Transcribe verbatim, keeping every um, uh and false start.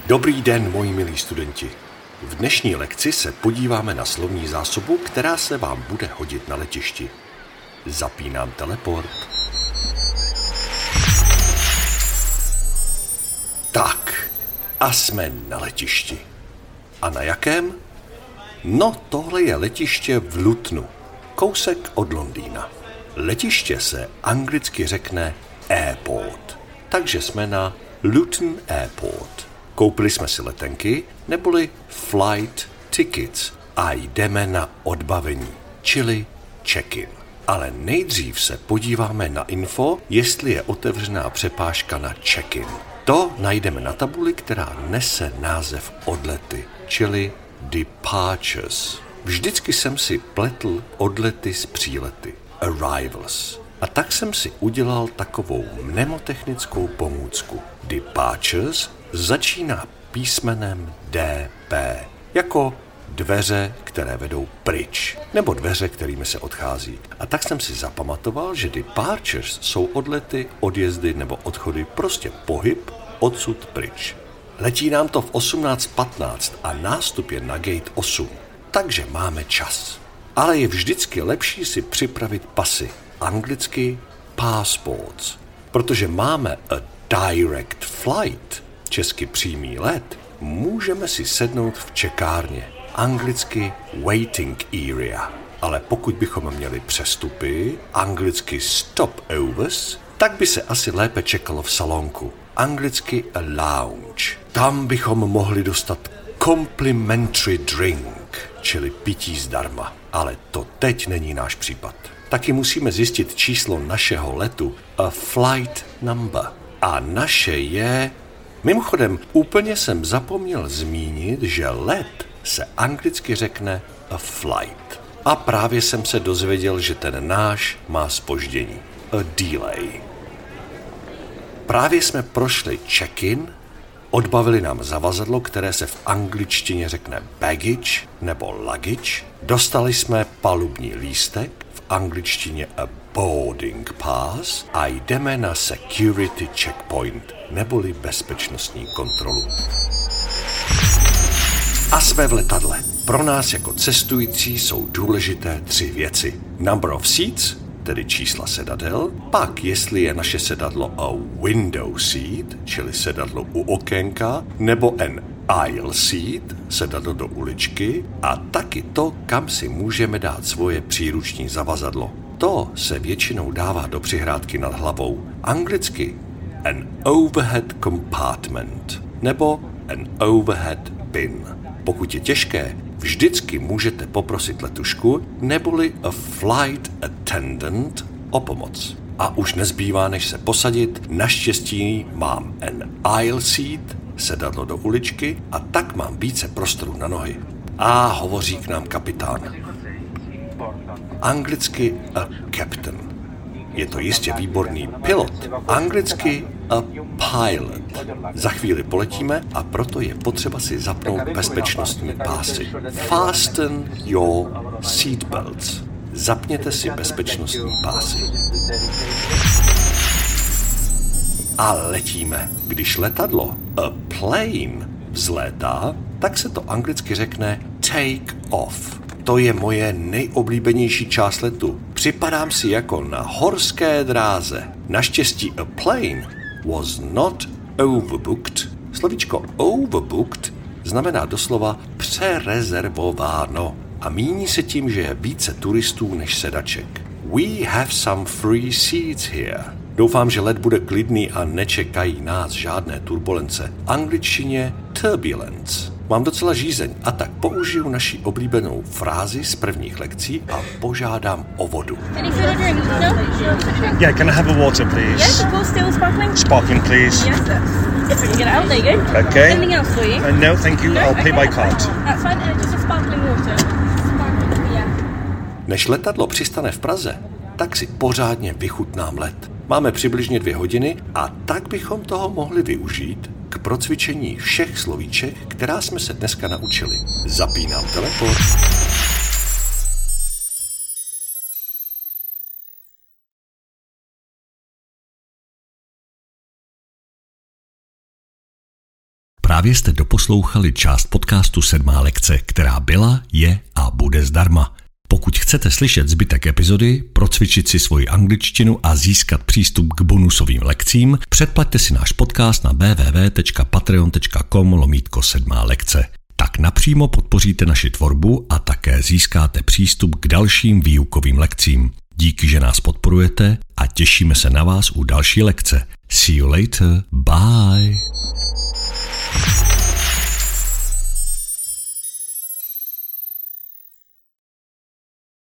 Dobrý den, moji milí studenti. V dnešní lekci se podíváme na slovní zásobu, která se vám bude hodit na letišti. Zapínám teleport. Tak, a jsme na letišti. A na jakém? No, tohle je letiště v Lutonu, kousek od Londýna. Letiště se anglicky řekne airport, takže jsme na Luton Airport. Koupili jsme si letenky, neboli flight tickets a jdeme na odbavení, čili check-in. Ale nejdřív se podíváme na info, jestli je otevřená přepážka na check-in. To najdeme na tabuli, která nese název odlety, čili departures. Vždycky jsem si pletl odlety s přílety, arrivals. A tak jsem si udělal takovou mnemotechnickou pomůcku. Departures začíná písmenem D P, jako dveře, které vedou pryč, nebo dveře, kterými se odchází. A tak jsem si zapamatoval, že departures jsou odlety, odjezdy nebo odchody, prostě pohyb odsud pryč. Letí nám to v osmnáct patnáct a nástup je na gate osm, takže máme čas. Ale je vždycky lepší si připravit pasy, anglicky passports, protože máme a direct flight, česky přímý let, můžeme si sednout v čekárně, anglicky waiting area. Ale pokud bychom měli přestupy, anglicky stopovers, tak by se asi lépe čekalo v salonku, anglicky a lounge. Tam bychom mohli dostat complimentary drink, čili pití zdarma. Ale to teď není náš případ. Taky musíme zjistit číslo našeho letu, a flight number. A naše je... Mimochodem, úplně jsem zapomněl zmínit, že let se anglicky řekne a flight. A právě jsem se dozvěděl, že ten náš má zpoždění. A delay. Právě jsme prošli check-in, odbavili nám zavazadlo, které se v angličtině řekne baggage nebo luggage, dostali jsme palubní lístek, v angličtině a boarding pass a jdeme na security checkpoint, neboli bezpečnostní kontrolu. A jsme v letadle. Pro nás jako cestující jsou důležité tři věci. Number of seats, tedy čísla sedadel, pak jestli je naše sedadlo a window seat, čili sedadlo u okénka, nebo an aisle seat, sedadlo do uličky, a taky to, kam si můžeme dát svoje příruční zavazadlo. To se většinou dává do přihrádky nad hlavou. Anglicky an overhead compartment nebo an overhead bin. Pokud je těžké, vždycky můžete poprosit letušku neboli a flight attendant o pomoc. A už nezbývá, než se posadit. Naštěstí mám an aisle seat, sedadlo do uličky, a tak mám více prostoru na nohy. A hovoří k nám kapitán. Anglicky a captain. Je to jistě výborný pilot. Anglicky a pilot. Za chvíli poletíme a proto je potřeba si zapnout bezpečnostní pásy. Fasten your seatbelts. Zapněte si bezpečnostní pásy. A letíme. Když letadlo, a plane, vzlétá, tak se to anglicky řekne take off. To je moje nejoblíbenější část letu. Připadám si jako na horské dráze. Naštěstí a plane was not overbooked. Slovíčko overbooked znamená doslova přerezervováno a míní se tím, že je více turistů než sedaček. We have some free seats here. Doufám, že let bude klidný a nečekají nás žádné turbulence. Angličtině turbulence. Mám docela žízeň a tak použiju naši oblíbenou frázi z prvních lekcí a požádám o vodu. Yeah, can I have a water, please? Yes, of course, still sparkling. Sparkling, please. Yes, sir. It's ready to get out. There you go. Okay. Anything else for you? Uh, no, thank you. No? I'll pay Okay, by card. That's fine. Uh, just a sparkling water. Sparkling, yeah. Než letadlo přistane v Praze, tak si pořádně vychutnám let. Máme přibližně dvě hodiny a tak bychom toho mohli využít k procvičení všech slovíček, která jsme se dneska naučili. Zapínám teleport. Právě jste doposlouchali část podcastu Sedmá lekce, která byla, je a bude zdarma. Pokud chcete slyšet zbytek epizody, procvičit si svoji angličtinu a získat přístup k bonusovým lekcím, předplaťte si náš podcast na www tečka patreon tečka com lomítko sedmá lekce. Tak napřímo podpoříte naši tvorbu a také získáte přístup k dalším výukovým lekcím. Díky, že nás podporujete a těšíme se na vás u další lekce. See you later. Bye.